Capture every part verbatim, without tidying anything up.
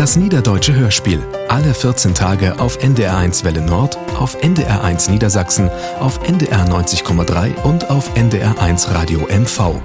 Das Niederdeutsche Hörspiel. Alle vierzehn Tage auf N D R eins Welle Nord, auf N D R eins Niedersachsen, auf N D R neunzig Komma drei und auf N D R eins Radio M V.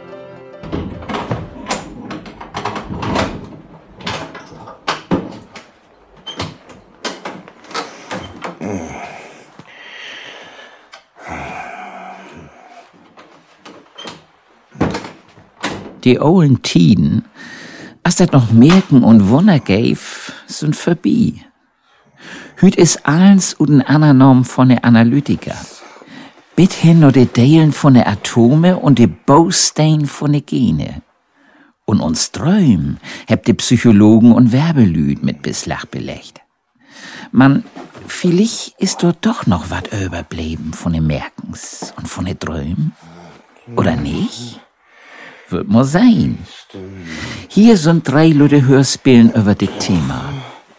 Die olden Tiden, als das noch Merken und Wunder gäf, sind vorbei. Hüt is alles und ananom von der Analytiker. Bis hin nur die Deilen von der Atome und die Baustein von der Gene. Und uns Träum hebt die Psychologen und Werbelüd mit Bislach belegt. Man, vielleicht ist dort doch noch wat überblieben von den Merkens und von den Träumen. Oder nicht? Wird mal sein. Hier sind drei Leute Hörspielen über das Thema.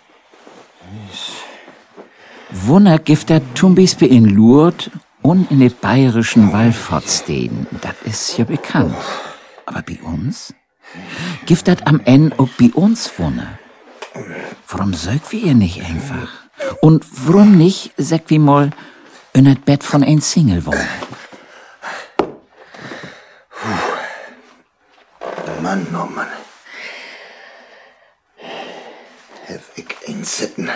Wunder gibt das zum Beispiel in Lourdes und in den bayerischen Wallfahrtsstädten. Das ist ja bekannt. Aber bei uns? Gibt das am Ende auch bei uns Wunder? Warum sagt wir ihr nicht einfach? Und warum nicht, sagt wir mal, in das Bett von ein Single wohnen? Mann, oh Mann. Hab ich ein Sitten.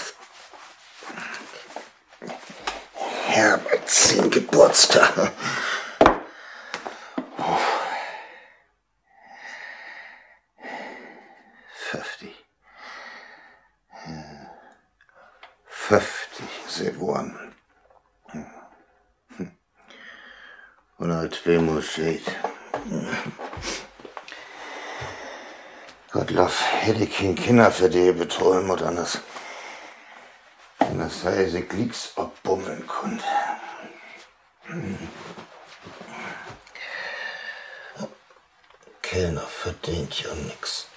Herberts Geburtstag. fünfzig. fünfzig sie waren. Und als Bemo steht. Gottlob, hätte ich kein Kinder für die betreuen oder anders. Wenn das sei, sie Glicks abbummeln konnte. Kellner verdient ja nix.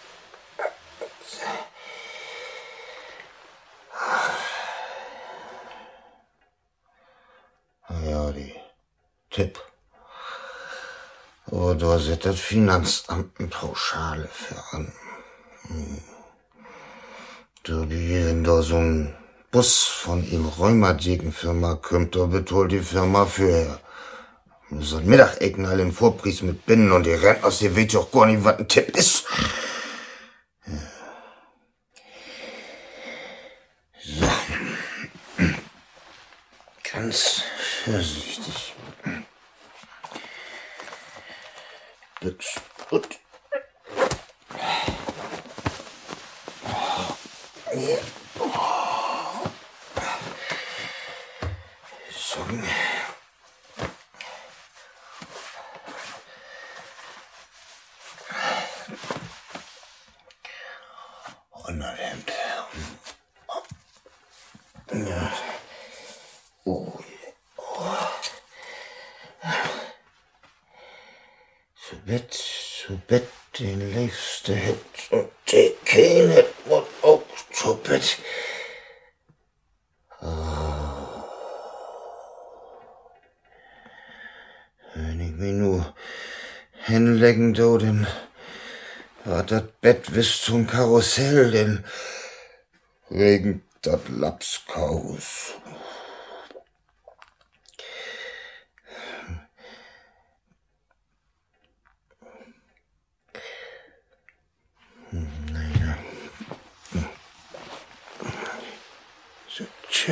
Ja, die Tipp. Oh, da setzt das Finanzamt eine Pauschale für an. Hm. Da wie wenn da so ein Bus von ihm Rheumathekenfirma kommt, da betont die Firma für so ein Mittagecken alle in Vorpries mit Binnen und die rennt aus, ihr weht doch gar nicht, was ein Tipp ist. So. Ganz vorsichtig. Büchs. Gut. Ja. So. Unterhemd. Ja. Oh. Zu Bett, zu Bett, den liebste Hit und die keine und auch zu Bett. Oh. Wenn ich mich nur hinlegen do, dann war das Bett bis zum Karussell, denn wegen das Lapskaus. Naja. So, tja.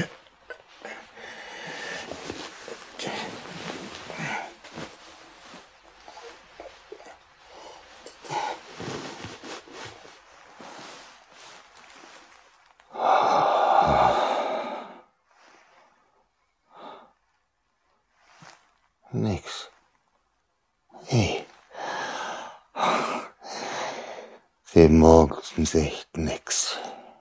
Nix. Hey. Wir morgens echt nix.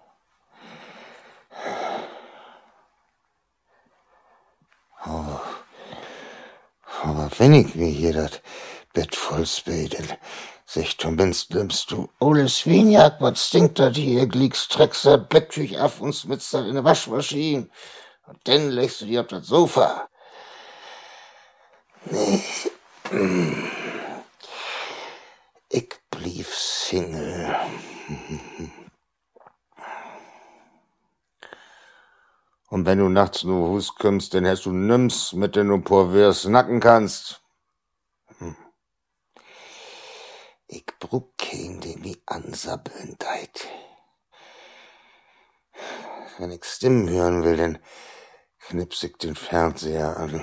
Oh. Aber wenn ich mir hier das Bett voll späte, sech zumindest nimmst du Ole Swinjak, was stinkt das hier, gliegst, treckst das Betttüch ab und smitzt das in eine Waschmaschine. Und dann legst du dich auf das Sofa. Nee. Ich blieb Single. Und wenn du nachts nur Hus kommst, dann hast du nimm's, mit dem du porvär snacken kannst. Hm. Ich brauch keinen, der mich ansabbeln deit. Wenn ich Stimmen hören will, dann knips ich den Fernseher an.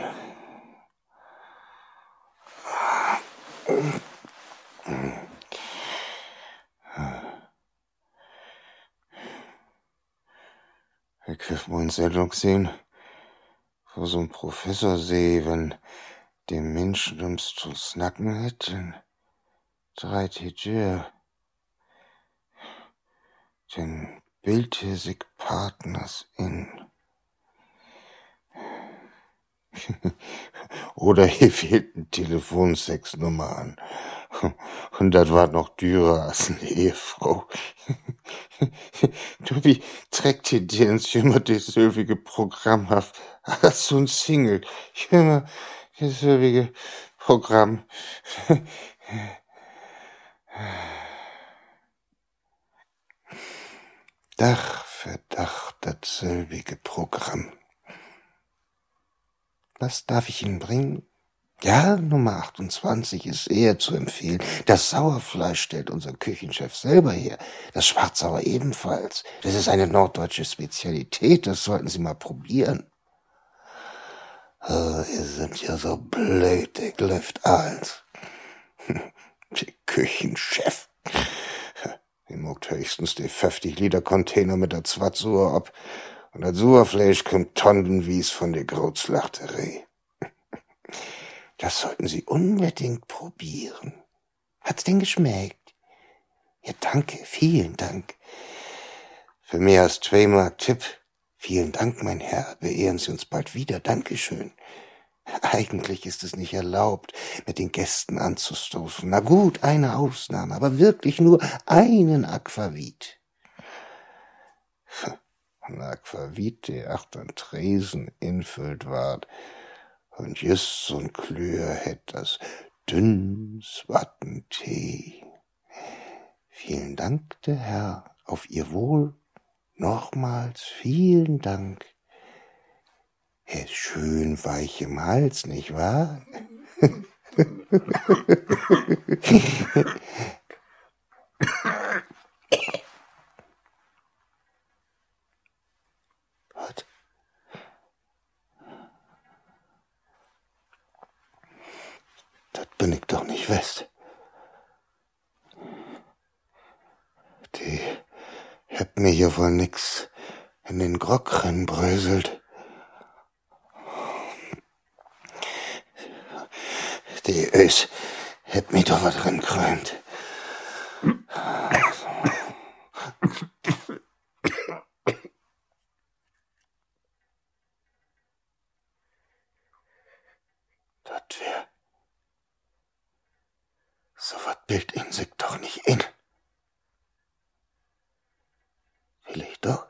Ich hab mal eine Sendung gesehen, wo so ein Professor seh, wenn dem Menschen ums zu snacken hat, dann dreit die Tür. Dann bildet sich Partners in. Oder hier fehlt eine Telefonsexnummer an. Und das war noch dürrer als eine Ehefrau. Du, wie trägt dir ins immer dasselbe Programm auf als so ein Single? Immer dasselbe Programm. Dach für Dach dasselbe Programm. Was darf ich Ihnen bringen? Ja, Nummer achtundzwanzig ist eher zu empfehlen. Das Sauerfleisch stellt unser Küchenchef selber her. Das Schwarzsauer ebenfalls. Das ist eine norddeutsche Spezialität. Das sollten Sie mal probieren. Oh, ihr sind ja so blöd, ich lüft eins. Der Küchenchef. Die mogt höchstens die fünfzig Liter Container mit der Zwattsuhr ab. Und das Sauerfleisch kommt tonnenwies von der Großslachterei. Das sollten Sie unbedingt probieren. Hat's denn geschmeckt? Ja, danke, vielen Dank. Für mehr als zwei Mark Tipp. Vielen Dank, mein Herr. Beehren Sie uns bald wieder. Dankeschön. Eigentlich ist es nicht erlaubt, mit den Gästen anzustoßen. Na gut, eine Ausnahme, aber wirklich nur einen Aquavit. Ein Aquavit, der acht an Tresen infüllt ward. Und just so'n Klür hätt das dünns Wattentee. Vielen Dank, der Herr, auf Ihr Wohl. Nochmals vielen Dank. Er ist schön weich im Hals, nicht wahr? Was? Das bin ich doch nicht West. Die hat mir hier wohl nix in den Grog reinbröselt. Die Ös hätt mir doch was drin krömt. Das wär... So wat bildet ihn sich doch nicht in. Vielleicht doch.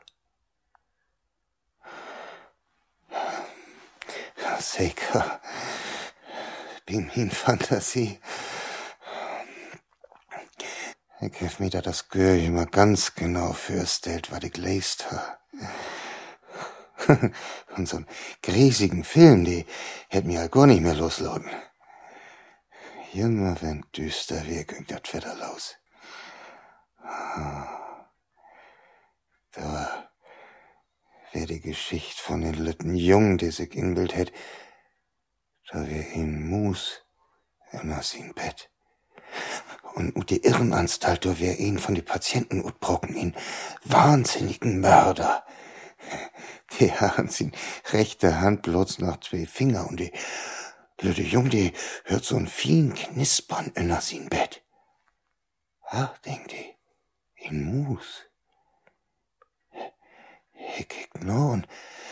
Sicher. Bin in Fantasie. Ich hab mir da das Gör immer ganz genau vorstellt, was ich lest ha. Und so'n griesigen Film, die hätt mir halt gar nicht mehr loslassen. Immer wenn düster wär, ging dat wieder los. Da wär die Geschicht von den lütten Jungen, die sich inbild hätt, da wär ein Mus in sein Bett. Und ut die Irrenanstalt, da wär ein von den Patienten utbrocken, ein wahnsinnigen Mörder. Der hat sin rechte Hand bloß noch zwei Finger und die lütte Jung, die hört so'n fien Knispern in sin Bett. Ach, denkt die, ein Mus. Ich kick no und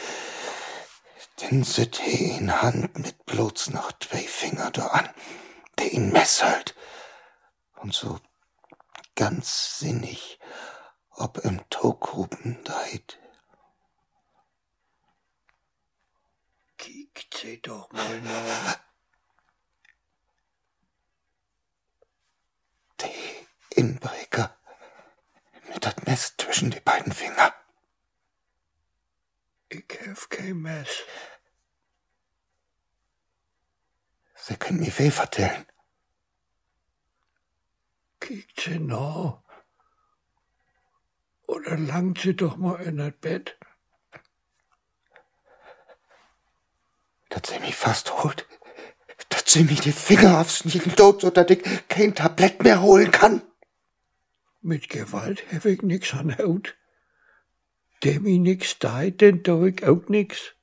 dann sit he in Hand mit bloß noch zwei Finger da an, der ihn messelt. Und so ganz sinnig, ob im Togruben deit. Kickt sie doch mal nach. Die Inbreker mit dat Mess zwischen die beiden Finger. Ich hab kein Mess. Sie können mir viel vertellen. Kiekt sie nach. Oder langt sie doch mal in das Bett. Dass sie mich fast holt. Dass sie mir die Finger aufs Nieren tut, so dass ich kein Tablett mehr holen kann. Mit Gewalt hab ich nix an Haut. Dem ich nix deit, denn tu ich auch nix.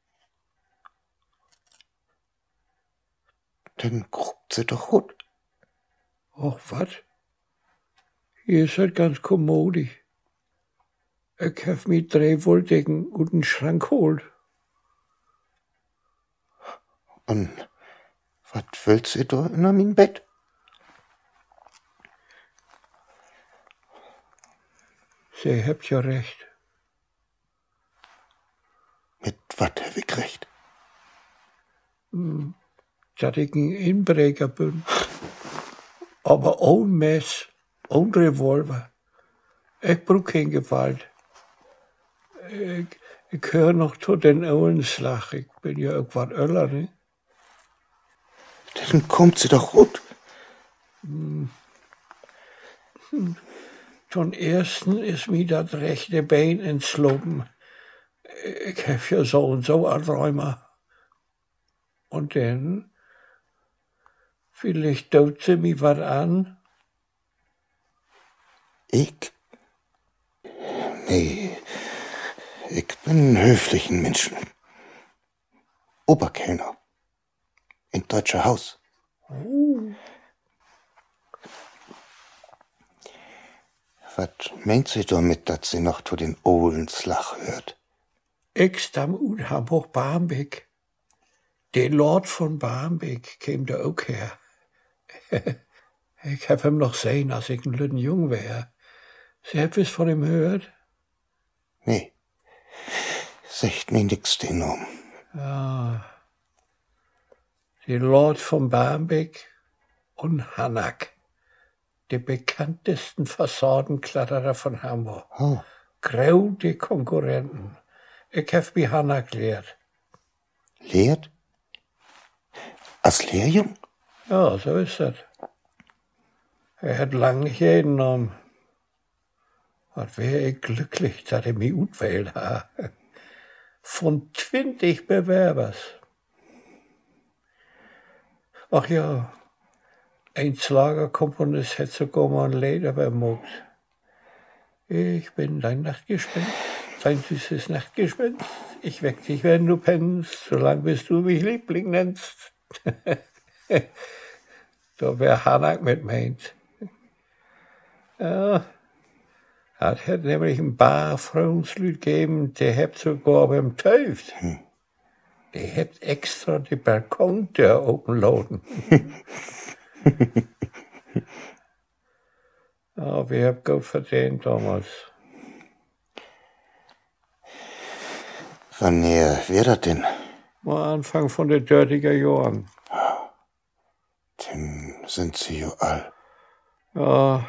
Dann grubt sie doch rot. Och, wat? Hier ist halt ganz kommodisch. Ich hab mi drei Wolldecken und einen Schrank holt. Und was willst sie da in mein Bett? Sie habt ja recht. Mit was hab ich recht? Hm, dass ich ein Inbrecher bin. Aber ohne Mess, ohne Revolver. Ich brauch keine Gewalt. Ich, ich gehör noch zu den Ohlenslach. Ich bin ja irgendwann Öller, ne? Dann kommt sie doch rot. Hm. Hm. Zum Ersten ist mir das rechte Bein entslungen. Ich hab ja so und so ein Rheuma. Und dann, vielleicht tut sie mir was an. Ich? Nee, ich bin ein höflichen Menschen. Oberkellner. In deutscher Haus. Oh. Was meint sie damit, dass sie noch zu den Ohlenslach hört? Ich stamm ut Hamburg-Barmbek. Der Lord von Barmbek käm da auch her. Ich hab ihm noch sehen, als ich ein lütten Jung wär. Sie habt was von ihm gehört? Nee, sagt mir nix den um. Ja. Der Lord von Barmbek und Hanak. Die bekanntesten Fassadenkletterer von Hamburg. Oh. Grau die Konkurrenten. Ich hab mich Hanak lehrt. Lehrt? Als Lehrjung? Ja, so ist das. Er hat lang nicht jeden genommen. Was wär ich glücklich, dass er mich utwählt hat. Von zwanzig Bewerbers. Ach ja, ein Schlagerkomponist hätte sogar mal ein Leder vermogt. Ich bin dein Nachtgespenst, dein süßes Nachtgespenst. Ich weck dich, wenn du pennst, solange bis du mich Liebling nennst. Da wär Hanak mit meint. Ja, hat hat nämlich ein paar Frauenslüd gegeben, die habt sogar beim Teuft. Hm. Die habt extra die Balkontür open lassen. Ja, wir habt gut verdient damals. Wann näher wär das denn? Mal Anfang von den dörtiger Jahren. Dann sind sie ja all. Ja.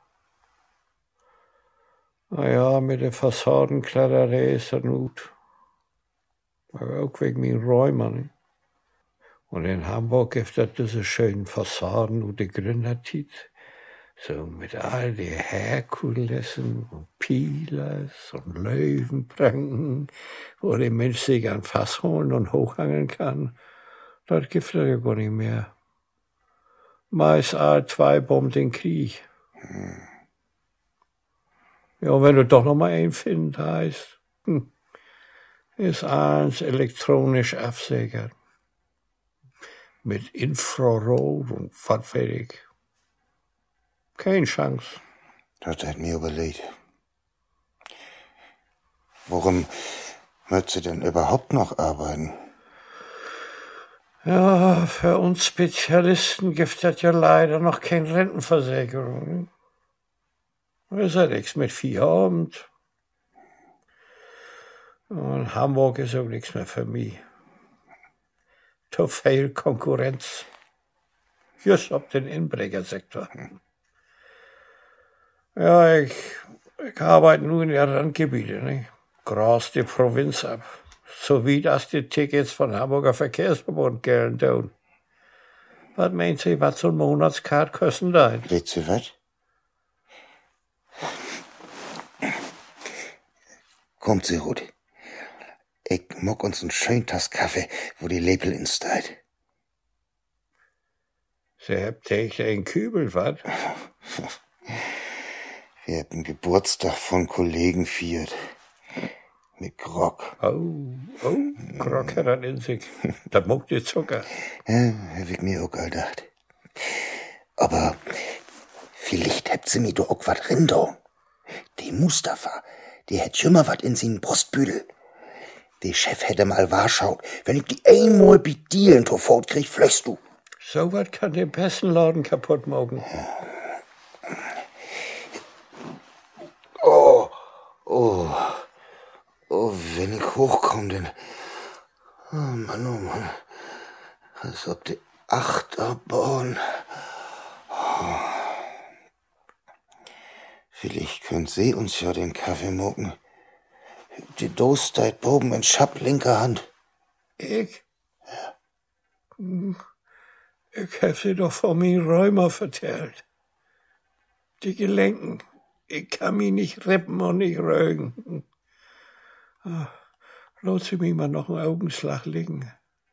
Naja, mit der Fassadenkletterei ist das gut. Aber auch wegen meinen Räumen. Ne? Und in Hamburg gibt es diese schönen Fassaden und die Gründertit. So mit all den Herkulessen und Pilers und Löwenpranken, wo der Mensch sich ein Fass holen und hochhangeln kann. Das gibt es ja gar nicht mehr. Meist all zwei Bomben den Krieg. Hm. Ja, wenn du doch noch mal einen finden heißt, hm, ist eins elektronisch absichert. Mit Infrarot und was weiß ich. Keine Chance. Das hat mir überlegt. Worum wird sie denn überhaupt noch arbeiten? Ja, für uns Spezialisten gibt es ja leider noch keine Rentenversicherung. Das ist ja nichts mit Feierabend. Und Hamburg ist auch nichts mehr für mich. Zu viel Konkurrenz. Just auf den Inbrechersektor. Ja, ich, ich arbeite nur in den Randgebieten. Ne? Gras die Provinz ab. So wie das die Tickets von Hamburger Verkehrsverbund gelten tun. Was meint Sie, was so ein Monatskart kosten da? Weißt du was? Kommt Sie, Ruth. Ich mock uns einen schönen Tass Kaffee, wo die Lepel in steht. Sie habt echt einen Kübel, was? Wir hatten Geburtstag von Kollegen viert. Mit Grog. Oh, oh, Grog hat das in sich. Das muckt die Zucker. Ja, hab ich mir auch gedacht. Aber vielleicht habt sie mir doch auch was rindo. Die Mustafa, die hätt schon mal wat in sin Brustbüdel. Der Chef hätte mal warschaut, wenn ich die einmal bei Dielen tofort krieg, flöchst du. So was kann den besten Laden kaputt machen. Oh, oh, oh, wenn ich hochkomm, denn... Oh Mann, oh Mann. Als ob die Achterbahn... Oh. Vielleicht könnt sie uns ja den Kaffee mucken. Die Dose steht oben in Schapp linker Hand. Ich? Ja. Ich hab sie doch von mir Rheuma vertellt. Die Gelenken. Ich kann mich nicht rippen und nicht rögen. Ah, lass sie mich mal noch einen Augenschlag liegen.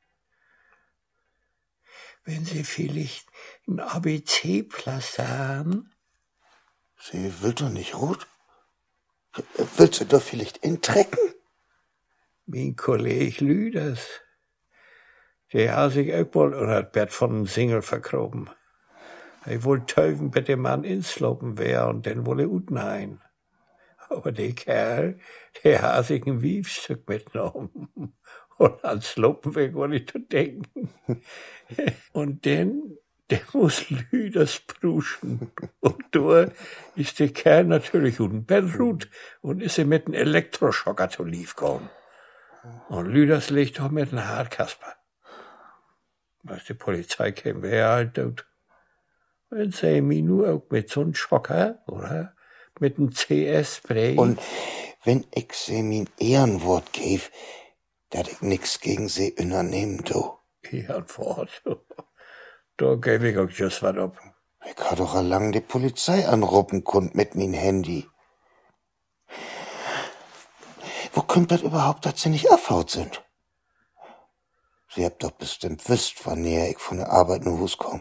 Wenn Sie vielleicht ein A B C-Pflaster haben? Sie will doch nicht rot? Willst du doch vielleicht intrecken? Mein Kollege Lüders, der hat sich auch wohl unter das Bett von einem Single verkroben. Er wollte Teufen bei dem Mann inslopen wär und dann wolle unten ein. Aber der Kerl, der hat sich ein Wiefstück mitgenommen. Und ans Slopen weg wollte ich zu denken. Und dann, der muss Lüders pruschen. Und da ist der Kerl natürlich unten Bettrut und ist er mit einem Elektroschocker zu lief gekommen. Und Lüders liegt doch mit einem Hartkasper. Als die Polizei käme, wäre er halt tot. Wenn sie mich nur auch mit so einem Schocker, oder? Mit einem C S-Spray. Und wenn ich sie mein Ehrenwort gäbe, dass ich nix gegen sie unternehmen, du. Ehrenwort? Da gäbe ich auch just was ab. Ich kann doch allang die Polizei anrufen kund mit mein Handy. Wo kommt das überhaupt, dass sie nicht abhaut sind? Sie habt doch bestimmt wisst, wann näher ich von der Arbeit nur Hus komm.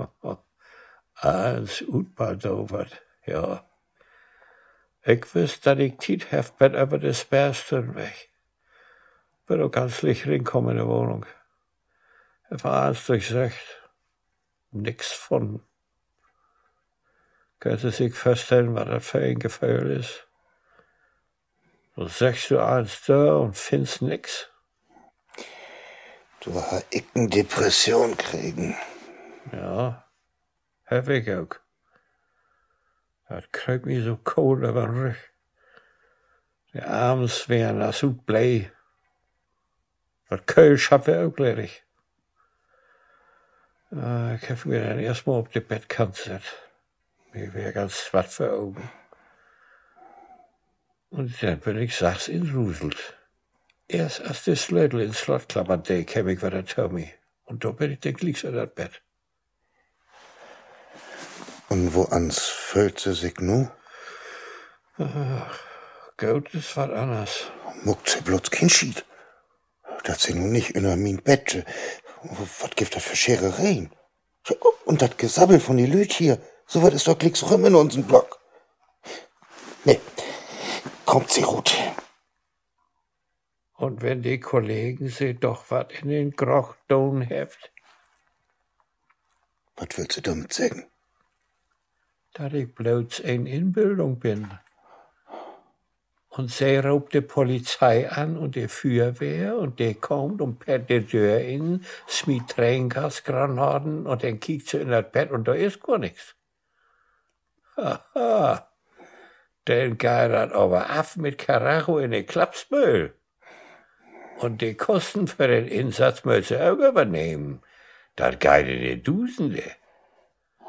Alles utbaldovert, ja. Ich wüsst, dass ich Tiet hef bet über des Bärstern weg. Bin auch ganz licht rinkommen in der Wohnung. Er war eins durchsagt. Nix von. Könnt ihr sich vorstellen, was das für ein Gefühl ist? So sagst du eins da und findest nix. Du hast ich ne Depression kriegen. Ja, hab ich auch. Das kriegt mich so kalt über den Rücken. Die Abends wären das so blei. Das Kölsch hab ich auch leerig. Ah, ich hab mir dann erstmal auf die Bettkant gesetzt. Mir wär ganz schwarz vor Augen. Und dann bin ich sags inruselt. Erst als der Slödel ins Slot klappert, der käm ich wieder Tommy. Und da bin ich dann gleich in das Bett. Und wo ans füllt sie sich nu? Ach, gut ist was anderes. Muckt sie bloß kein Schied. Das sie nun nicht in mein Bett. Was gibt das für Scherereien? Und das Gesabbel von die Lüt hier, so was ist doch glicks rum in unseren Block. Nee, kommt sie gut. Und wenn die Kollegen sie doch was in den Groch tun heft? Was willst du damit sagen? Dass ich bloß ein Inbildung bin. Und sie raubt die Polizei an und die Feuerwehr und die kommt und perrt die Tür in, schmied Tränengasgranaten und dann kiekt sie in das Bett und da ist gar nichts. Haha, dann geht das aber ab mit Karacho in den Klapsmüll. Und die Kosten für den Einsatz müssen sie auch übernehmen. Das geht in die Dusende.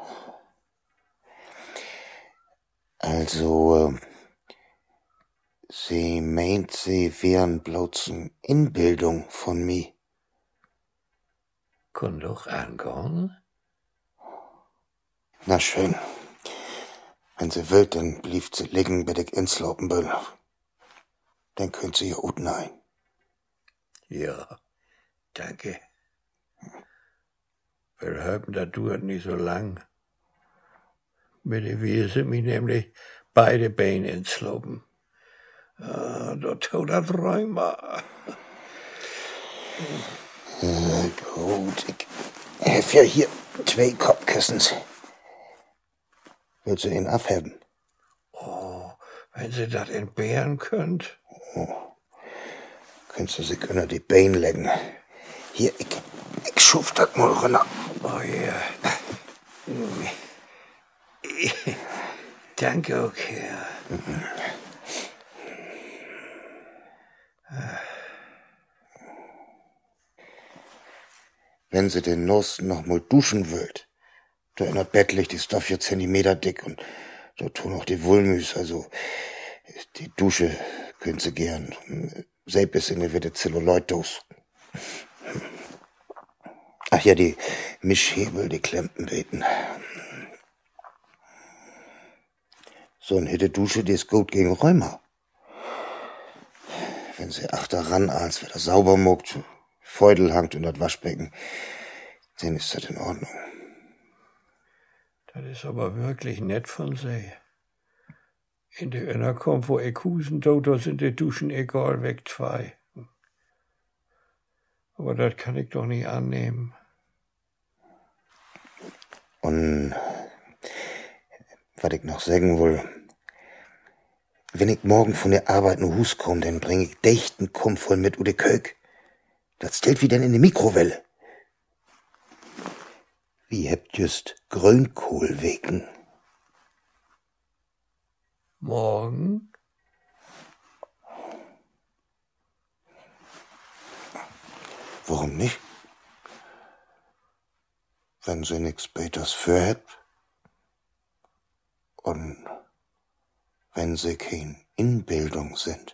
Also, äh, Sie meint, sie wären bloß eine Inbildung von mir. Kann doch angehen. Na schön. Wenn sie will, dann blieft sie liegen, bis ich inslopen will. Dann könnt sie ihr Uten ein. Ja, danke. Wir haben das dauert nicht so lang. Mit der Wiese mich nämlich beide Beine inslopen. Ah, da tut das Rheuma. Na gut, ich hef ja hier zwei Kopfkissens. Willst du ihn abheben? Oh, wenn Sie das entbehren könnt. Oh. Könntest du sich unter die Beine legen. Hier, ich, ich schuf das mal runter. Oh ja. Danke, okay. Mhm. Wenn sie den Nosten noch mal duschen wollt, da in das Bett liegt die Stoff vier Zentimeter dick und da tun auch die Wollmüs, also die Dusche können sie gern. Selbst in der wird Zelluloid-Dos. Ach ja, die Mischhebel, die klemmen beten. So eine hitte Dusche, die ist gut gegen Rheuma. Wenn sie achter ran, als wer das sauber muckt, Feudel hangt in das Waschbecken, dann ist das in Ordnung. Das ist aber wirklich nett von Sie. In der Innerkommt, wo ich Husen tut, da sind die Duschen egal weg zwei. Aber das kann ich doch nicht annehmen. Und was ich noch sagen will, wenn ich morgen von der Arbeit nach Hus komm, dann bring ich dichten Kump voll mit Ude Köck. Das stellt wie denn in die Mikrowelle. Wie hebt just Grünkohl wegen? Morgen? Warum nicht? Wenn sie nix Beters für hebt und wenn sie kein Inbildung sind.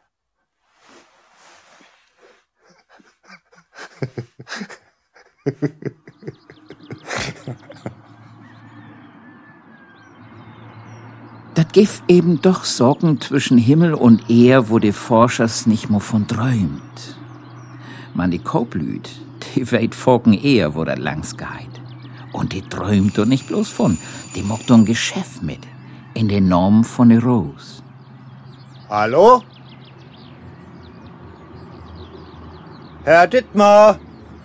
Dat gif eben doch Sorgen zwischen Himmel und Ehr, wo die Forschers nicht mehr von träumt. Man die Koblüt, die weit folgen eher, wo dat langs geht. Und die träumt doch nicht bloß von, die macht doch ein Geschäft mit, in den Normen von der Rose. Hallo? Herr Dittmar!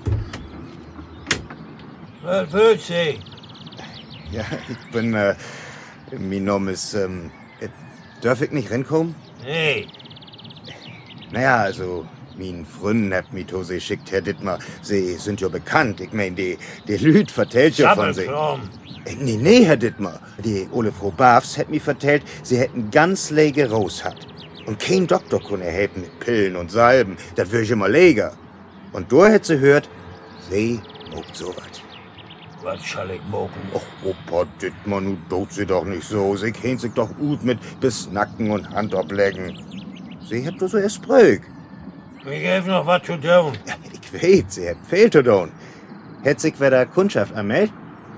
Was will Sie? Ja, ich bin, äh, mein Name ist, ähm, äh, darf ich nicht reinkommen? Nee. Naja, also, mein Freund hat mich to sie schickt, Herr Dittmar. Sie sind ja bekannt, ich mein, die, die Lüd vertellt ja von sie. Äh, nee, nee, Herr Dittmar. Die Ole Frau Bafs hat mir vertellt, sie hätten ganz lege Rose hat. Und kein Doktor konnte helfen mit Pillen und Salben, das wär ich immer leger. Und du hätt sie hört, sie mogt so wat. Was soll ich mogen? Och, Opa Dittmar, nu tut sie doch nicht so. Sie kennt sich doch gut mit bis Nacken und Hand ablecken. Sie hat doch so erst Sprüch. Ich hab noch was zu tun. Ja, ich weiß, sie hat viel zu tun. Hätt sich wer der Kundschaft anmeldet?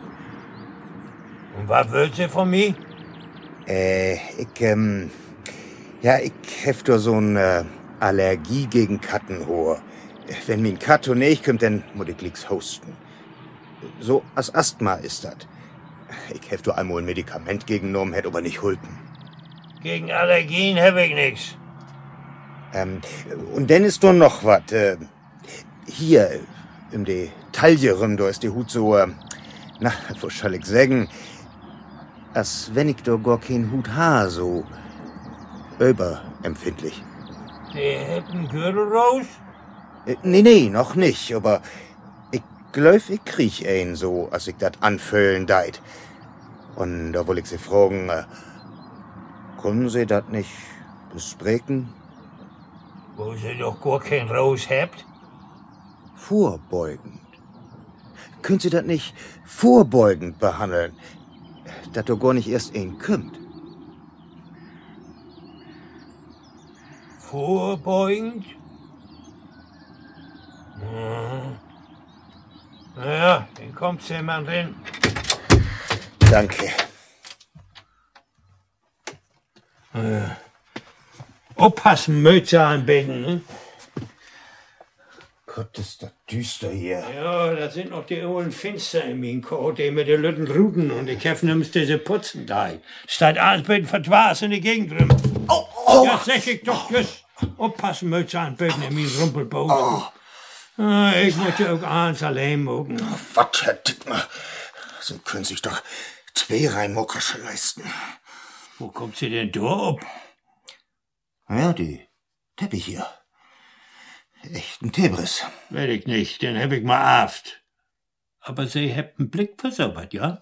Und was will Sie von mir? Äh, ich, ähm, ja, ich hef doch so eine äh, Allergie gegen Kattenhohr. Wenn mir ein Katto nicht kommt, dann muss ich nix hosten. So as Asthma ist das. Ich hef doch einmal ein Medikament gegengenommen, hätt aber nicht hulpen. Gegen Allergien hab ich nix. Ähm, und dann ist doch noch was. Äh, hier, im de Taille rum, da ist die Hut so, äh, na, wo soll ich sagen, als wenn ich doch gar kein Hut ha, so überempfindlich. Sie hätten Gürtel raus? Äh, nee, nee, noch nicht, aber ich glaub, ich krieg ein so, als ich dat anfüllen deit. Und da will ich Sie fragen, äh, können Sie dat nicht besprechen? Wo Sie doch gar kein Raus habt? Vorbeugend. Können Sie dat nicht vorbeugend behandeln, dat doch gar nicht erst ein kümmt? Vorbeugend? Hm. Naja, dann kommt's jemand rein. Danke. Äh, aufpassen, Mütze anbinden, ne? Gott, ist das düster hier. Ja, da sind noch die ollen Finster in meinem Kot, die mit den lütten Ruten und ich hef nimm's diese Putzen da. Steht alles mit verdwas in die Gegend rum. Oh, oh. Ja, sag ich doch, just. Aufpassen, Mütze anbinden in meinem Rumpelboot. Oh. Ah, ich muss ja auch eins allein mogen. Oh, was, Herr Dittmar? So können sich doch zwei Reinmuckersche leisten. Wo kommt sie denn da ab? Ja, die Teppich hier. Echten Tebris. Will ich nicht, den hab ich mal aft. Aber sie habt einen Blick versaubert, ja?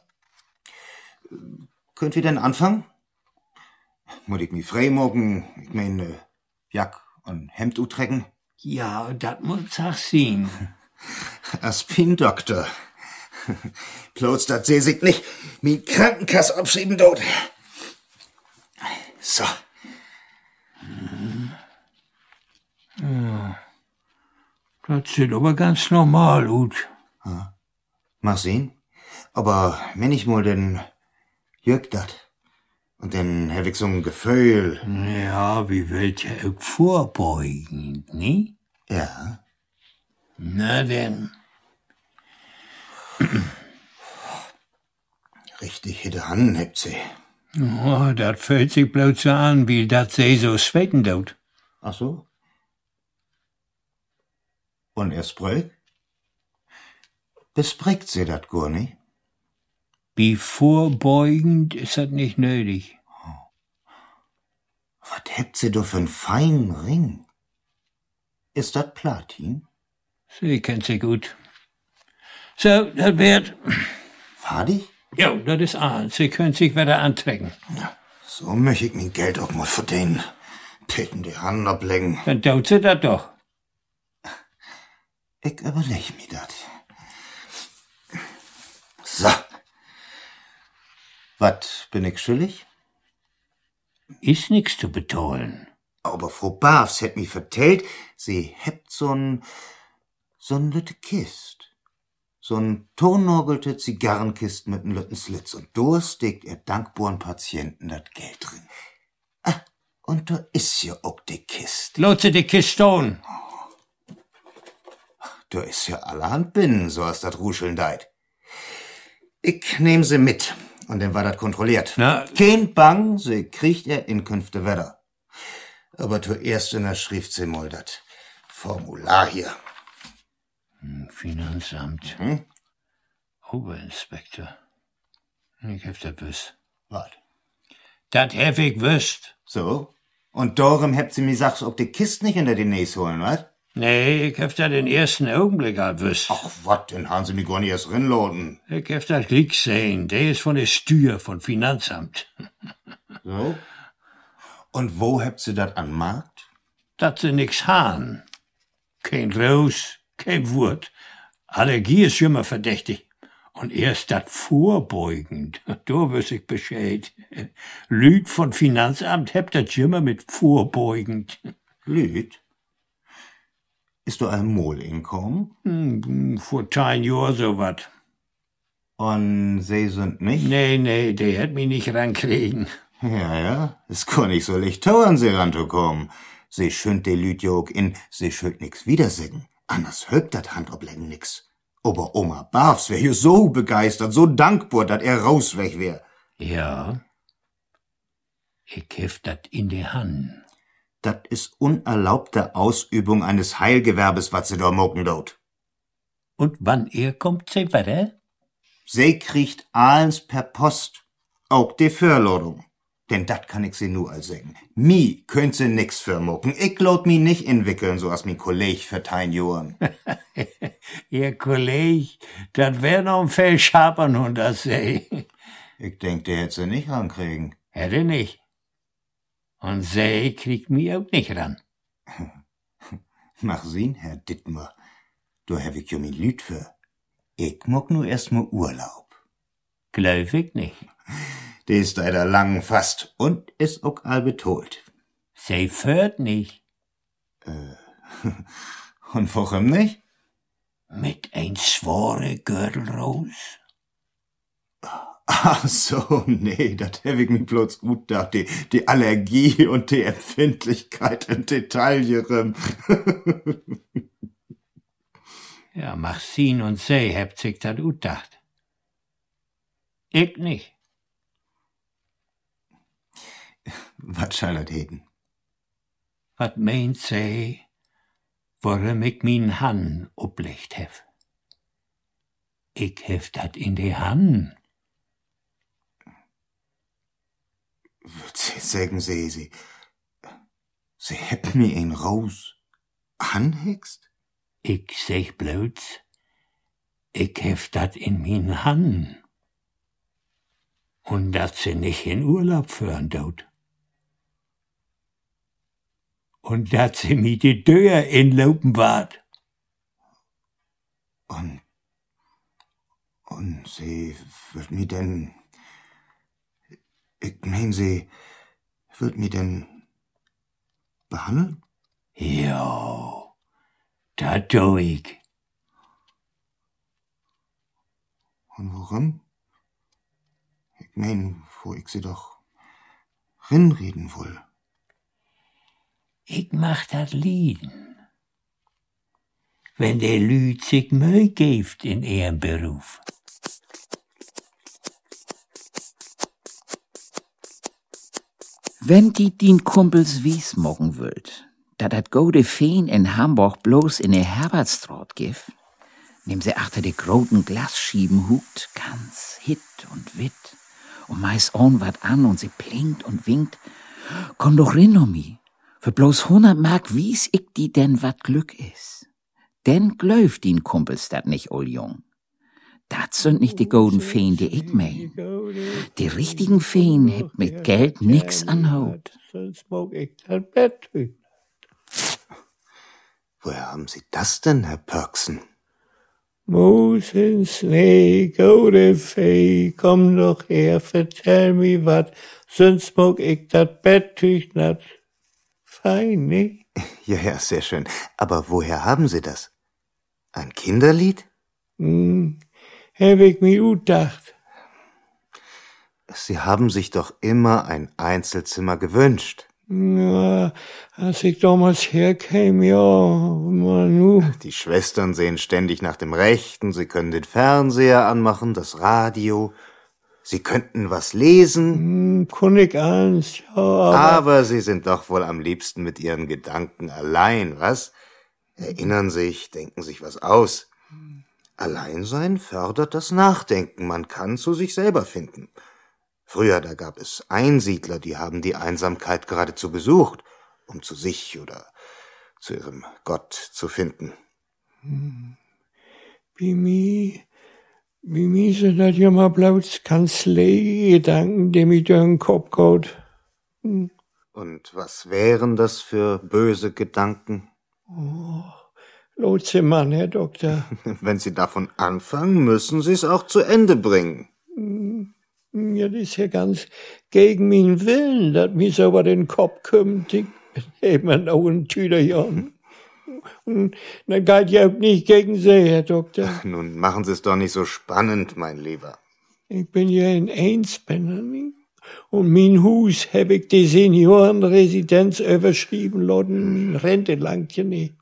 Könnt wir denn anfangen? Muss ich mich frei morgen, ich mein, äh, Jack und Hemd utrecken? Ja, dat muss auch sehen. Aspin, Doktor. Bloß, dat seh sich nicht. Min Krankenkasse abschieben dort. So. Ja. Das sieht aber ganz normal aus. Ja. Mach sehen. Aber wenn ich mal den Jörg dat. Und dann hab ich so ein Gefühl. Ja, wie wollt ihr auch vorbeugend, ne? Ja. Na denn. Richtig hitte Hand hebt sie. Oh, dat fühlt sich bloß so an, wie dat sie so sweaten dort. Ach so? Und er sprög? Bespreckt sie dat gar nicht? Wie vorbeugend ist das nicht nötig. Was hebt sie doch für einen feinen Ring? Ist das Platin? Sie kennt sie gut. So, das wird. Fertig? Ja, das ist alles. Sie können sich wieder antrecken. Ja, so möchte ich mein Geld auch mal verdienen. Pitten die Hand ablegen. Dann tut sie das doch. Ich überleg mir das. So. Was bin ich schuldig? Ist nix zu betollen. Aber Frau Bavs hätt mi vertellt, sie hebt so'n, so'n lütte Kist. So'n tonnorgelte Zigarrenkist mit n lütten Slitz. Und da steckt ihr dankbaren Patienten dat Geld drin. Ah, und da is ja auch die Kist. Lotse die Kiste an. Da is ja allerhand binnen, so as dat Ruscheln deit. Ich nehm sie mit. Und dann war das kontrolliert. Na, kein Bang, sie kriegt er Inkünfte Wetter. Aber zuerst in der Schrift sie mal dat Formular hier. Finanzamt. Hm? Oberinspektor. Ich hab das wüsst. Was? Das hab ich wüsst. So? Und darum habt sie mir sagst, ob die Kiste nicht hinter die Näs holen, was? Nee, ich hab das den ersten Augenblick auch wüsst. Ach, wat, den haben sie mir gar nicht erst rinloten. Ich hab das Glück gesehen. Der ist von der Steuer, von Finanzamt. So? Und wo habt sie das anmarkt? Dat sie nix haben. Kein Groß, kein Wurt. Allergie ist immer verdächtig. Und erst dat vorbeugend. Da wüs ich Bescheid. Lüd von Finanzamt habt dat immer mit vorbeugend. Lüd? Ist du ein Mohleinkommen? Hm, vor zehn Jahren so wat. Und sie sind nicht? Nee, nee, der hat mich nicht rankriegen. Ja, ja, es kann nicht so leicht tauern, sie ranzukommen. Sie schönt de Lüd jo auch in, sie schönt nix wiedersägen. Anders höbt dat Hand oblengen nix. Aber Oma Bavs wär hier so begeistert, so dankbar, dat er raus weg wär. Ja. Ich heft dat in die Hand. Dat is unerlaubte Ausübung eines Heilgewerbes, wat sie da mocken dort. Und wann er kommt, sie weiter? Sie kriegt allens per Post. Auch die Förladung. Denn dat kann ich sie nur als sagen. Mi könnt sie nix vermocken. Ich laut mi nicht entwickeln, so als mi Kolleg für tein Johren. Ihr Kolleg, dat wär noch ein viel schabern und das sei. Ich denk, der hätt sie nicht rankriegen. Hätte nicht. Und sie kriegt mich auch nicht ran. Mach sehen, Herr Dittmer. Du hab ich jo mi Lüd für. Ich mock nur erst mal Urlaub. Glaub ich nicht. Die ist leider lang fast und ist auch all betolt. Sie führt nicht. Und warum nicht? Mit ein schwore Gürtelrose. Ach so, nee, dat hab ich mir bloß gut gedacht, die, die Allergie und die Empfindlichkeit im Detail. Ja, Marcin und sie habt sich dat gut gedacht. Ich nicht. Was soll dat heten? Wat meint sie, warum ich min Hand oplegt hef? Ich hef dat in die Hand. Würd sie sagen, sie, sie, sie hätt mir ein Raus anhext? Ich sag bloß, ich hef dat in min Hand. Und dat sie nicht in Urlaub führen dort. Und dat sie mi die Tür inlaufen ward. Und, und sie wird mir denn, ich mein, sie wird mir denn behandeln? Ja, dat tu ich. Und warum? Ich mein, wo ich sie doch rinreden will. Ich mach dat lieden. Wenn der Lüd sich Mühe gibt in ihrem Beruf. Wenn die din Kumpels wies mogen würd, da dat gode Feen in Hamburg bloß in der Herbertstraat gif, nehm sie achter de groten Glasschieben hupt, ganz hit und wit, und meist on wat an und sie blinkt und winkt, komm doch rin um mi, für bloß hundert Mark wies ich die denn wat Glück is. Denn gläuft din Kumpels dat nicht, ol Jung. Dat sind nicht die golden Feen, die ich mein. Die richtigen Feen hebt mit Geld nix an Haut. Woher haben Sie das denn, Herr Pörksen? Moos in Schnee, golde Fee, komm doch her, vertell mi wat, sonst mag ich dat Betttüch nat. Fein, ne? Ja, ja, sehr schön. Aber woher haben Sie das? Ein Kinderlied? Hm, hab ich mir gut gedacht. Sie haben sich doch immer ein Einzelzimmer gewünscht. Ja, als ich damals herkäme, ja, Manu. Die Schwestern sehen ständig nach dem Rechten, sie können den Fernseher anmachen, das Radio. Sie könnten was lesen. Hm, kann ich eins, ja, aber... Aber Sie sind doch wohl am liebsten mit Ihren Gedanken allein, was? Erinnern sich, denken sich was aus. Alleinsein fördert das Nachdenken, man kann zu sich selber finden. Früher, da gab es Einsiedler, die haben die Einsamkeit geradezu gesucht, um zu sich oder zu ihrem Gott zu finden. Hm. Wie mi, wie mi sind das ja mal bloß Kanzlei-Gedanken, die mir durch den Kopf geht. Hm. Und was wären das für böse Gedanken? Oh, lotse Mann, Herr Doktor. Wenn Sie davon anfangen, müssen Sie es auch zu Ende bringen. Hm. Ja, das ist ja ganz gegen meinen Willen, dass mir so über den Kopf kommt. Ich bin eben auch ein Tüderchen. Und das geht ja auch nicht gegen Sie, Herr Doktor. Ach, nun machen Sie es doch nicht so spannend, mein Lieber. Ich bin ja in Einspenner, nicht? Und mein Haus hab ich die Seniorenresidenz überschrieben lassen, meine Rente langt ja nicht.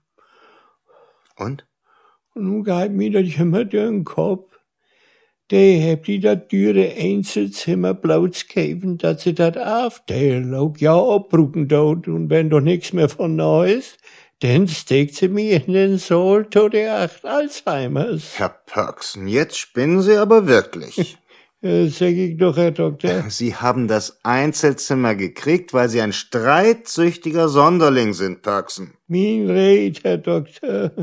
Und? Und nun geht mir das immer durch den Kopf. Die habt die dat dure Einzelzimmer bloß gegeben, dass sie dat aufteilen, auch ja abbrücken dort. Und wenn doch nix mehr von da ist, dann steckt sie mir in den Saal to der acht Alzheimers. Herr Pörksen, jetzt spinnen Sie aber wirklich. Ja, sag ich doch, Herr Doktor. Sie haben das Einzelzimmer gekriegt, weil Sie ein streitsüchtiger Sonderling sind, Pörksen. Mein Red, Herr Doktor.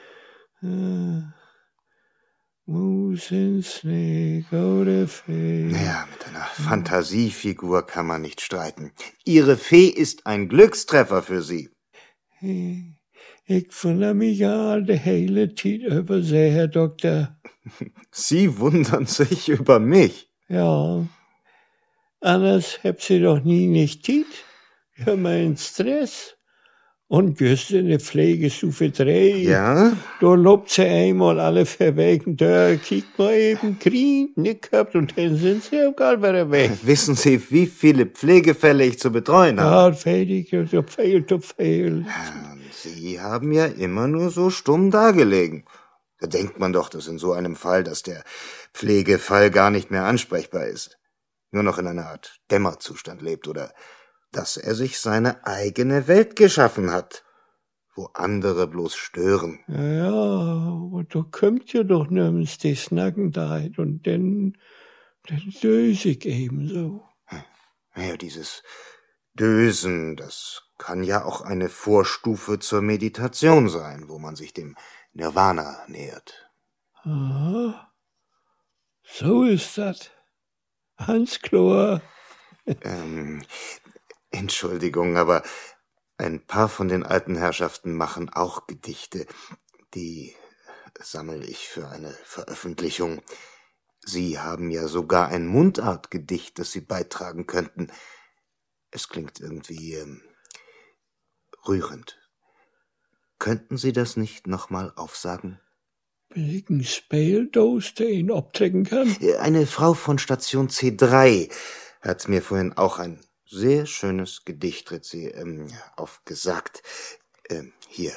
Mus in Schnee, golde Fee. Ja, mit einer Fantasiefigur kann man nicht streiten. Ihre Fee ist ein Glückstreffer für Sie. Ich wundere mich ja alle hele Zeit über Sie, Herr Doktor. Sie wundern sich über mich? Ja. Anders habt Sie doch nie nicht Zeit. Ja, mein Stress. Und just in der Pflegestufe drei. Ja? Da lobt sie einmal alle verwegen, da kiekt mal eben grün, nicht gehabt und dann sind sie auch gar wieder weg. Wissen Sie, wie viele Pflegefälle ich zu betreuen habe? Ja, fertig, da fehlt, da fehlt. Und Sie haben ja immer nur so stumm dagelegen. Da denkt man doch, dass in so einem Fall, dass der Pflegefall gar nicht mehr ansprechbar ist. Nur noch in einer Art Dämmerzustand lebt oder dass er sich seine eigene Welt geschaffen hat, wo andere bloß stören. Ja, ja, aber da kommt ja doch nirgends die Snackenheit und dann, dann döse ich ebenso. Naja, dieses Dösen, das kann ja auch eine Vorstufe zur Meditation sein, wo man sich dem Nirvana nähert. Aha, so ist das. Hans klar. ähm, Entschuldigung, aber ein paar von den alten Herrschaften machen auch Gedichte. Die sammle ich für eine Veröffentlichung. Sie haben ja sogar ein Mundartgedicht, das Sie beitragen könnten. Es klingt irgendwie ähm, rührend. Könnten Sie das nicht nochmal aufsagen? Wegen Speldose, der ihn abtrecken kann? Eine Frau von Station C drei hat mir vorhin auch ein sehr schönes Gedicht, Ritzi, ähm, aufgesagt. Ähm, hier.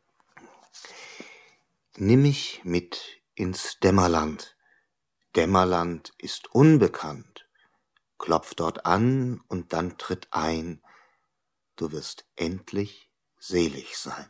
Nimm mich mit ins Dämmerland. Dämmerland ist unbekannt. Klopf dort an und dann tritt ein. Du wirst endlich selig sein.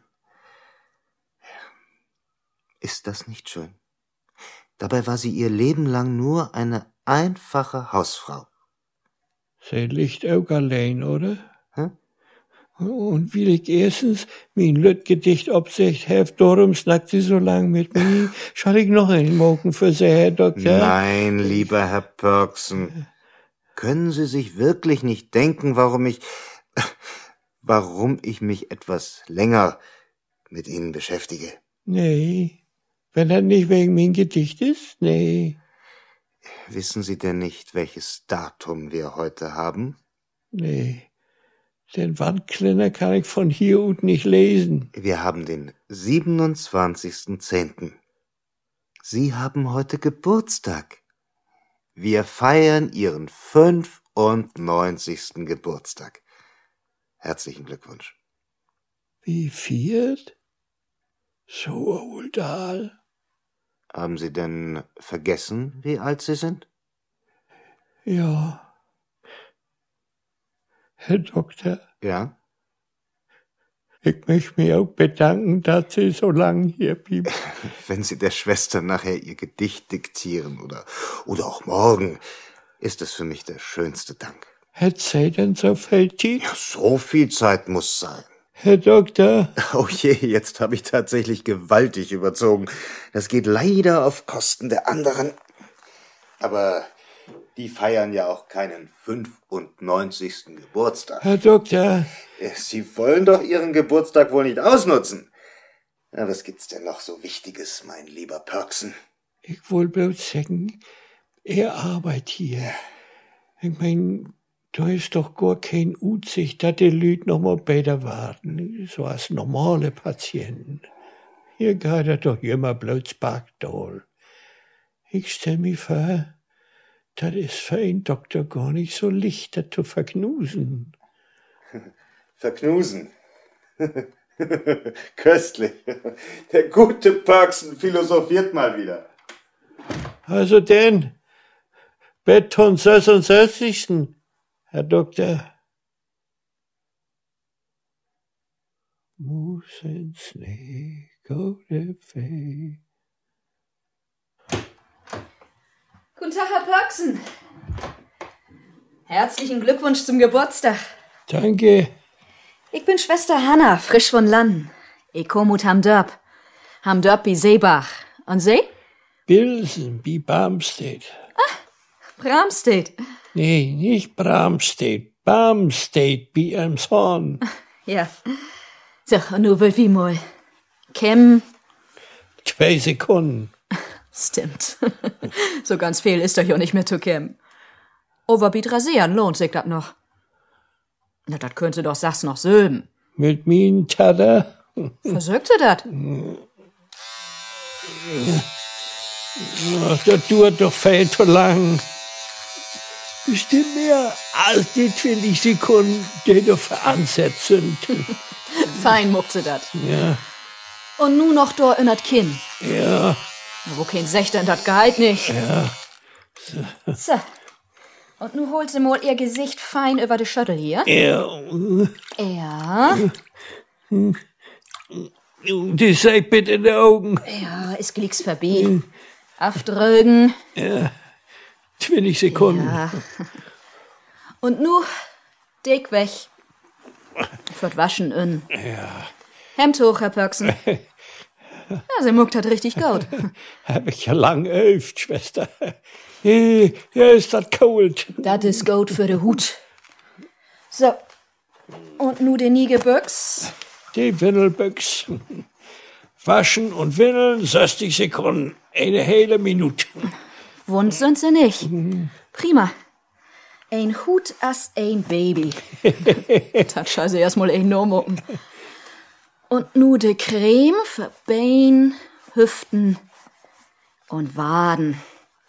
Ist das nicht schön? Dabei war sie ihr Leben lang nur eine einfache Hausfrau. Sie liegt auch allein, oder? Hm? Und will ich erstens mein Lütgedicht absicht heft, darum snackt sie so lang mit mir. Schall ich noch einen Moken für Sie, Herr Doktor? Nein, lieber Herr Pörksen. Können Sie sich wirklich nicht denken, warum ich, warum ich mich etwas länger mit Ihnen beschäftige? Nee. Wenn das nicht wegen mein Gedicht ist? Nee. Wissen Sie denn nicht, welches Datum wir heute haben? Nee. Den Wandkleiner kann ich von hier ut nicht lesen. Wir haben den siebenundzwanzigsten zehnten Sie haben heute Geburtstag. Wir feiern Ihren fünfundneunzigsten Geburtstag. Herzlichen Glückwunsch. Wie viert? So old all. Haben Sie denn vergessen, wie alt Sie sind? Ja. Herr Doktor. Ja? Ich möchte mich auch bedanken, dass Sie so lange hier blieben. Wenn Sie der Schwester nachher Ihr Gedicht diktieren oder, oder auch morgen, ist es für mich der schönste Dank. Hätt Sie denn so viel Zeit? Ja, so viel Zeit muss sein. Herr Doktor. Oh je, jetzt habe ich tatsächlich gewaltig überzogen. Das geht leider auf Kosten der anderen. Aber die feiern ja auch keinen fünfundneunzigsten Geburtstag. Herr Doktor. Sie wollen doch Ihren Geburtstag wohl nicht ausnutzen. Na, was gibt's denn noch so Wichtiges, mein lieber Pörksen? Ich will bloß sagen, er arbeitet hier. Ich mein, da ist doch gar kein Utsicht, dass die Leute noch mal besser werden, so als normale Patienten. Hier geht er doch immer bloß Backdoll. Ich stell mir vor, das ist für einen Doktor gar nicht so leicht, das zu verknusen. Verknusen? Köstlich. Der gute Pörksen philosophiert mal wieder. Also denn, Beton sechsundsechzigsten Herr Doktor. Musen Snake go the way. Guten Tag, Herr Pörksen. Herzlichen Glückwunsch zum Geburtstag. Danke. Ich bin Schwester Hanna, frisch von Land. Ich komme ut ham Dörp. Ham Dörp bi Seebach. Und Sie? Bilsen bi Barmstedt. Ah, Bramstedt. Nee, nicht Bramstedt. Barmstedt bi Elmshorn. Ja. So, und nu will wie mal. Kem. Zwei Sekunden. Stimmt. So ganz viel ist doch ja nicht mehr zu kem. Aber bi Drasieren lohnt sich das noch. Na, das könnte doch Sass noch söben. Mit min Tada. Versögt sie dat? Ach, das dauert doch viel zu lang. Bestimmt mehr als die zwanzig Sekunden, die da veransetzt sind. Fein muckt sie dat. Ja, Und nu noch da in dat Kinn. ja, Wo kein Sechster in dat Gehalt nicht. ja. So. Und nu holt sie mal ihr Gesicht fein über die Schüttel hier. Ja, Ja. die seid bitte in den Augen. Ja, ist glicks vorbei. Aufdrücken. zwanzig Sekunden. Ja. Und nu dick weg. Flott waschen in. Ja. Hemd hoch, Herr Pörksen. Ja, sie muckt hat richtig gut. Hab ich ja lang geübt, Schwester. Hier hier ist das kalt. Das ist gut für den Hut. So. Und nu den Niegebüchs. Die Windelbüchs. Waschen und windeln, sechzig Sekunden. Eine hele Minute. Wund sind sie nicht. Prima. Ein Hut as ein Baby. Das scheiße erstmal ein Normucken. Und nu de Creme für Bein, Hüften und Waden.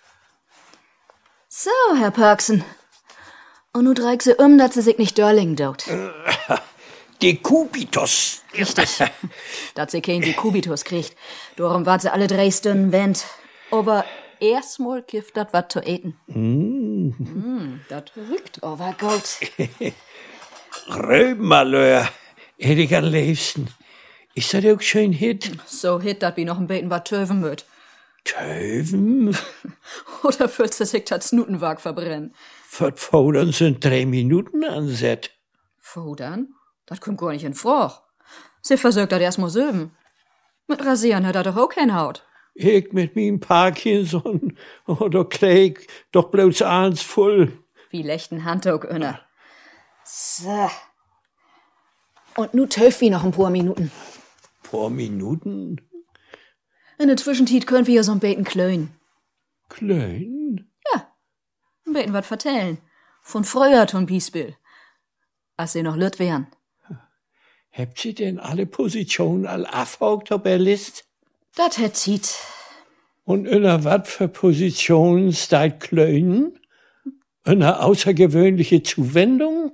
So, Herr Pörksen. Und nu dreig sie um, dass sie sich nicht dörling dort. Dekubitus. Richtig. dass sie kein Dekubitus kriegt. Darum wart sie alle drei Stunden Wend. Aber erstmal gibt dat wat zu eten. Mm. Mm, dat rückt aber gut. Röbenmalheur. Hätte ich am liebsten. Ist das auch schön hit? So hit, dat wie noch ein beten wat töven möt. Töven? Oder fühlt sie sich dat Snutenwag verbrennen? Fordern sind drei Minuten anset. Fodern? Dat kommt gar nicht in Froch. Sie versögt dat erstmal söben. Mit Rasieren hat er doch auch kein Haut. Ich mit meinem Parkinson oder Kleig doch bloß eins voll. Wie lechten Handtag inne. So. Und nu töf wie noch ein paar Minuten. Paar Minuten? In der Zwischenzeit können wir ja so ein Beten klönen. Klein? Ja. Ein Beten wat vertellen. Von früher zum Beispiel. Als sie noch lüt wären. Habt sie denn alle Positionen all abhaugt auf der List? Dat hätt zieht. Und in einer wat für Positionen steigt Klein? Eine außergewöhnliche Zuwendung?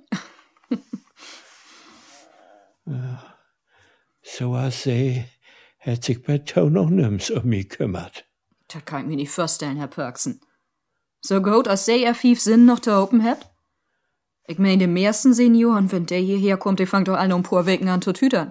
Ja, so als sie hat sich bei Tau noch nims um mich kümmert. Das kann ich mir nicht vorstellen, Herr Pörksen. So gut, als sie ihr fief Sinn noch zu open habt? Ich mein, die meisten Senioren, wenn der hierher kommt, die fangt doch alle um paar Wegen an zu tütern.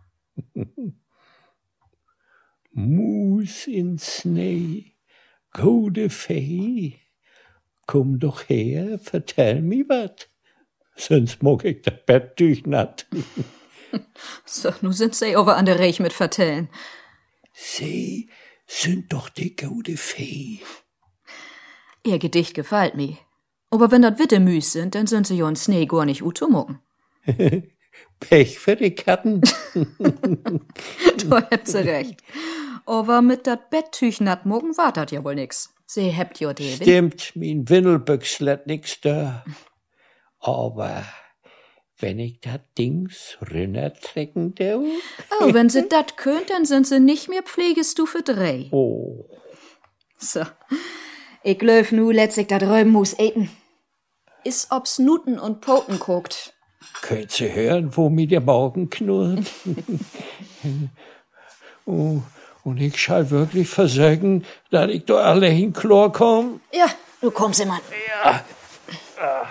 Mus in Schnee, gute Fee, komm doch her, vertell mi wat, sonst mag ich das Bett durchnatt. So, nu sind sie aber an der Reich mit vertellen. Sie sind doch die gute Fee. Ihr Gedicht gefällt mir. Aber wenn dat Witte müs sind, dann sind sie ja in Schnee gar nicht utomucken. Pech für die Katten. Du habt sie recht. Aber mit dat Betttüch natt mucken war dat ja wohl nix. Sie habt ja die. Stimmt, mein Windelbüchs lädt nix da. Aber wenn ich dat Dings rünnertrecken darf? Oh, wenn sie dat könnt, dann sind sie nicht mehr Pflegestufe drei. Oh. So. Ich löf nu letztlich dat Röbenmus eten. Is ob's Nuten und Poten guckt. Könnt Sie hören, wo mir der Magen knurrt? oh, und ich schall wirklich versägen, dass ich da alle in Chlor komm? Ja, du kommst immer. Ja. Ah.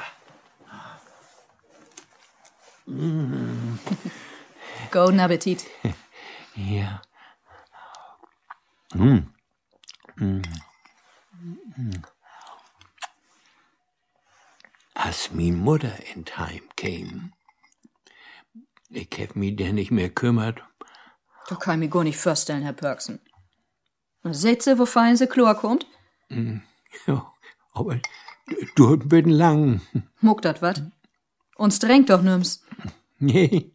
Mm. Guten Appetit. Ja. Mm. Mm. Als mi Mutter in Heim käm, ich hab mich denn nicht mehr kümmert. Du kann mich gar nicht vorstellen, Herr Pörksen. Seht sie, wo fein sie Chlor kommt? Mm. Ja, aber du hast ein bisschen lang. Muck dat wat? Uns drängt doch nims. Nee.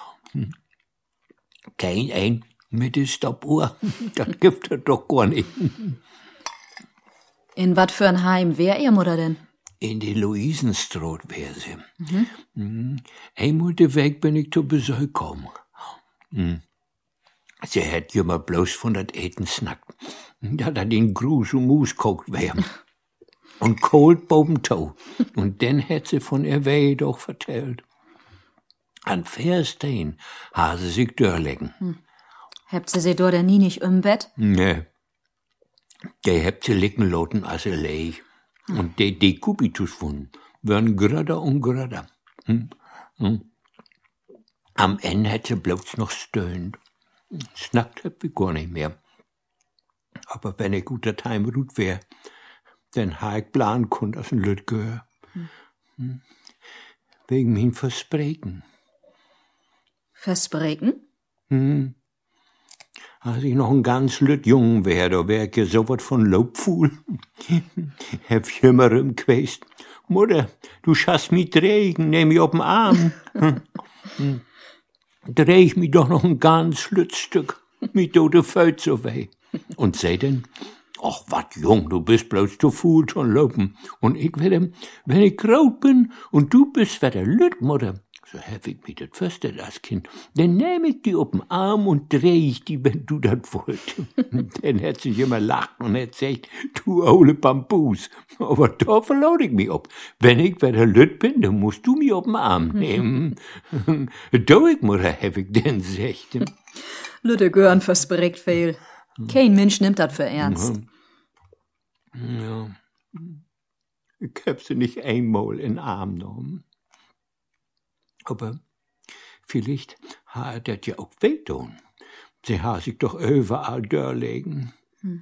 Kein ein mit der Stoppuhr. Das gibt es doch gar nicht. In wat für ein Heim wär ihr Mutter denn? In die Luisenstraat wär sie. Mhm. Mhm. Einmal de Weg bin ich zu Besuch gekommen. Mhm. Sie hätt jümmer bloß von dat Eten snackt. Da hat er den Gruß und Mus kocht wärm. Und Kohl boben Tau. Und dann hätt sie von ihr Weh doch vertellt. An Ferstein ha sie sich dörlegen. Hm. Habt sie sie dort denn nie nicht im Bett? Nee. Die habt sie licken loten als er leich. Hm. Und die Dekubitus von werden gröder und gröder. Hm. Hm. Am Ende hätt sie bloß noch stöhnt. Snackt hab ich gar nicht mehr. Aber wenn ich guter Time ruht wär, dann ha ich plan konnt als ein Lüt gehör. Hm. Hm. Wegen min Verspreken. Verspreken? Hm. Als ich noch ein ganz lüt Jung wär, da wär ich ja so wat von Lobfuhl. Hab ich immer im Quest. Mutter, du schaffst mich trägen, nehm mich ob'n Arm. hm. Dreh ich mich doch noch ein ganz lüt Stück, mit tote Föt so weh. Und seh denn, ach, wat Jung, du bist bloß zu fuhl zum Lopen. Und ich werde, wenn ich graut bin, und du bist wieder lüt, Mutter, so hab ich mich das föstet als Kind, dann nehm ich die ob'n Arm und dreh ich die, wenn du das wollt. Dann hätt sich immer lacht und hätt gesagt, du ole Bambus. Aber da verlaut ich mich ob. Wenn ich wieder lüt bin, dann musst du mich ob'n Arm nehmen. Da ich, Mutter, hab ich denn gesagt. Lütte gehören versprekt viel. Kein Mensch nimmt das für ernst. Ja. Ich hab sie nicht einmal in den Arm genommen. Aber vielleicht ha er das ja auch wehtun. Sie ha sich doch überall dörlegen. Hm.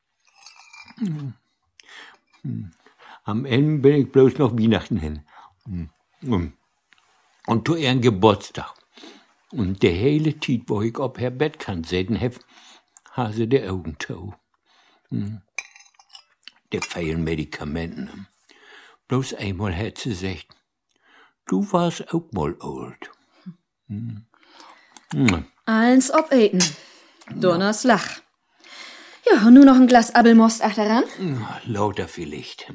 Hm. Hm. Am Ende bin ich bloß noch Weihnachten hin. Hm. Und zu ihren Geburtstag. Und der hele Tiet, wo ich ob her Bett kann säten hef, ha sie die Augen tau. Hm. Der fehlen Medikamenten. Bloß einmal hat sie gesagt, du warst auch mal alt. Hm. Hm. Eins obeten. Donners Lach. Ja, und nur noch ein Glas Abelmost achteran? Lauter vielleicht.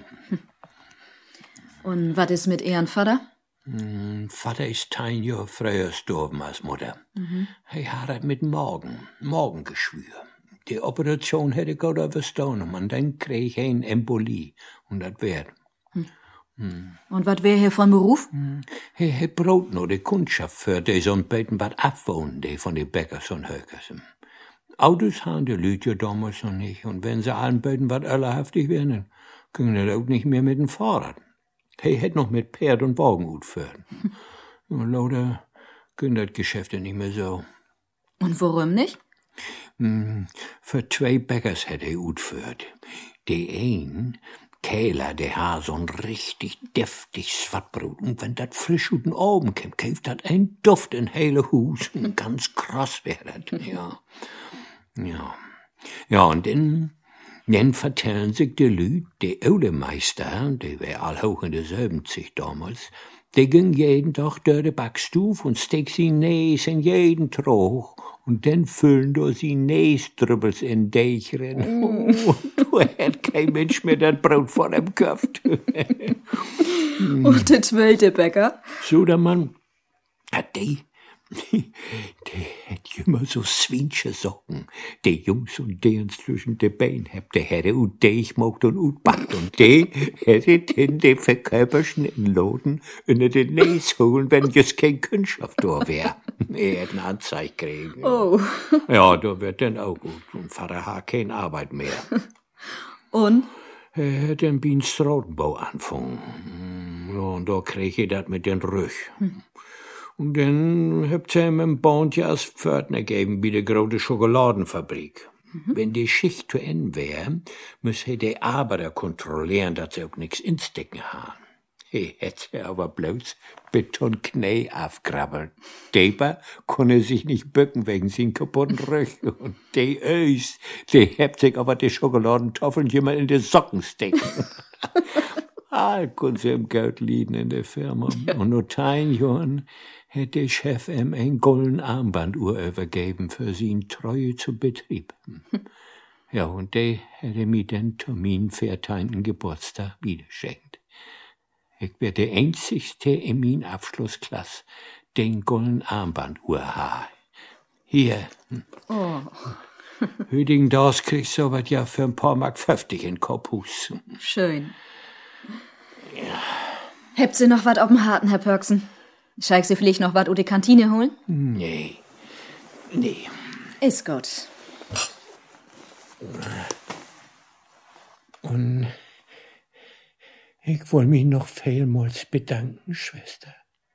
Und was ist mit Ihren Vater? Hm, Vater ist ein Jahr früher gestorben als Mutter. Mhm. Er hat mit Morgen, Morgengeschwür. Die Operation hätte Gott überstanden und dann krieg ich eine Embolie. Und das wär. Hm. Hm. Und was wär hier von Beruf? Hm. Er hat Brot noch die Kundschaft für die so ein Beten was abwohnen, die von den Bäckers und Höckers. Autos haben die Leute ja damals noch nicht. Und wenn sie allen Beten was allerhaftig werden, können sie auch nicht mehr mit dem Fahrrad. Er hätte noch mit Pferd und Wagen utführen. Und lauter können das Geschäfte nicht mehr so. Und warum nicht? Hm, für zwei Bäckers hätte er utführt. Die ein, Kähler, der ha so ein richtig deftig Swattbrot. Und wenn dat frisch ut den Augen kämt, käft dat ein Duft in hele Hus. Ganz krass wär dat, ja. Ja. Ja, und dann, dann vertellen sich die Lüd, die Oulemeister, die wär all hoch in der siebzig damals, die ging jeden Tag durch die Backstuf und steck sie Näs in jeden Troch. Und dann füllen da sie Näsdrübbels in Dächern. Mm. Und du hätt kein Mensch mehr das Brot vor dem Kopf. Und der zweite Bäcker? So, der Mann, die, die, die hätt immer so Swinsche Socken. Die Jungs und die uns zwischen de Beinen habt, der hätte und die ich mogt und ut backt. Und die hätte den die Verkörperschen in Loden unter den Näs holen, wenn just kein Kundschaft da wär. Er hätt eine Anzeige kriegen. Oh. Ja, da wird dann auch gut. Und Vater hat keine Arbeit mehr. Und? Er hat den Bienenstrautenbau angefangen. Ja, und da krieg ich das mit den Rüch. Hm. Und dann habt ihr ihm ein Bauntje als Pförtner gegeben, wie der große Schokoladenfabrik. Mhm. Wenn die Schicht zu Ende wär, müsse der Arbeiter kontrollieren, dass sie auch nix instecken haben. He hätte aber bloß Betonknäi aufkrabbeln. Deber konnte sich nicht bücken wegen seinen kaputten Rücken. Und die Ös, die habt sich aber die Schokoladentoffeln jemand in die Socken stecken. All konnte sie im Geld liegen in der Firma. Und nur ein Jahr hätte der Chef ihm ein golden Armbanduhr übergeben für seine Treue zum Betrieb. Ja, und der hätte mir den Termin für seinen Geburtstag wiederschenkt. Ich wär der einzigste in min Abschlussklasse, den golden Armbanduhr ha. Hier. Oh. Hüdigen das kriegst so was ja für ein paar Mark fünfzig in Kopfhus. Schön. Ja. Habt Sie noch wat auf'm Harten, Herr Pörksen? Scheig Sie vielleicht noch wat u die Kantine holen? Nee. Nee. Ist gut. Und ich woll mich noch vielmals bedanken, Schwester.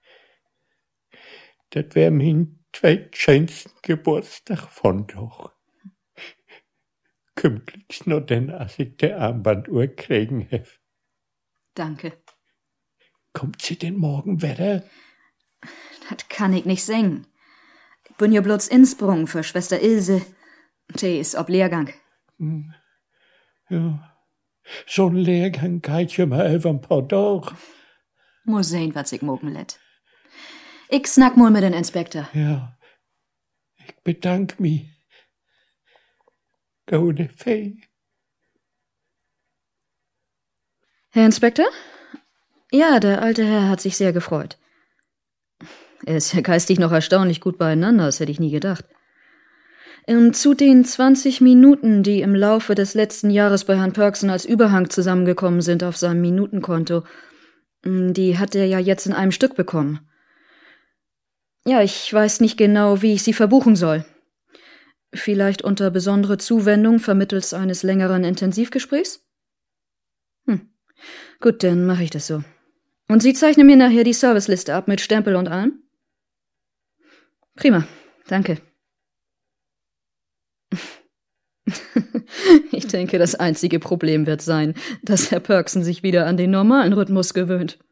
Das wär mein zweitschönsten Geburtstag von doch. Kümmerlichst nur denn, als ich die Armbanduhr kriegen hef. Danke. Kommt sie denn morgen wieder? Das kann ich nicht singen. Ich bin ja bloß Innsprung für Schwester Ilse. Die ist ob Lehrgang. Ja, so ein Lehrgang geht ja mal über ein paar Tage. Muss sehen, was ich mogen lädt. Ich snack mal mit den Inspektor. Ja, ich bedank mich. Gute Fee. Herr Inspektor? Ja, der alte Herr hat sich sehr gefreut. Er ist ja geistig noch erstaunlich gut beieinander, das hätte ich nie gedacht. Und zu den zwanzig Minuten, die im Laufe des letzten Jahres bei Herrn Pörksen als Überhang zusammengekommen sind auf seinem Minutenkonto, die hat er ja jetzt in einem Stück bekommen. Ja, ich weiß nicht genau, wie ich sie verbuchen soll. Vielleicht unter besondere Zuwendung vermittels eines längeren Intensivgesprächs? Hm. Gut, dann mache ich das so. Und Sie zeichnen mir nachher die Serviceliste ab mit Stempel und allem? Prima, danke. Ich denke, das einzige Problem wird sein, dass Herr Pörksen sich wieder an den normalen Rhythmus gewöhnt.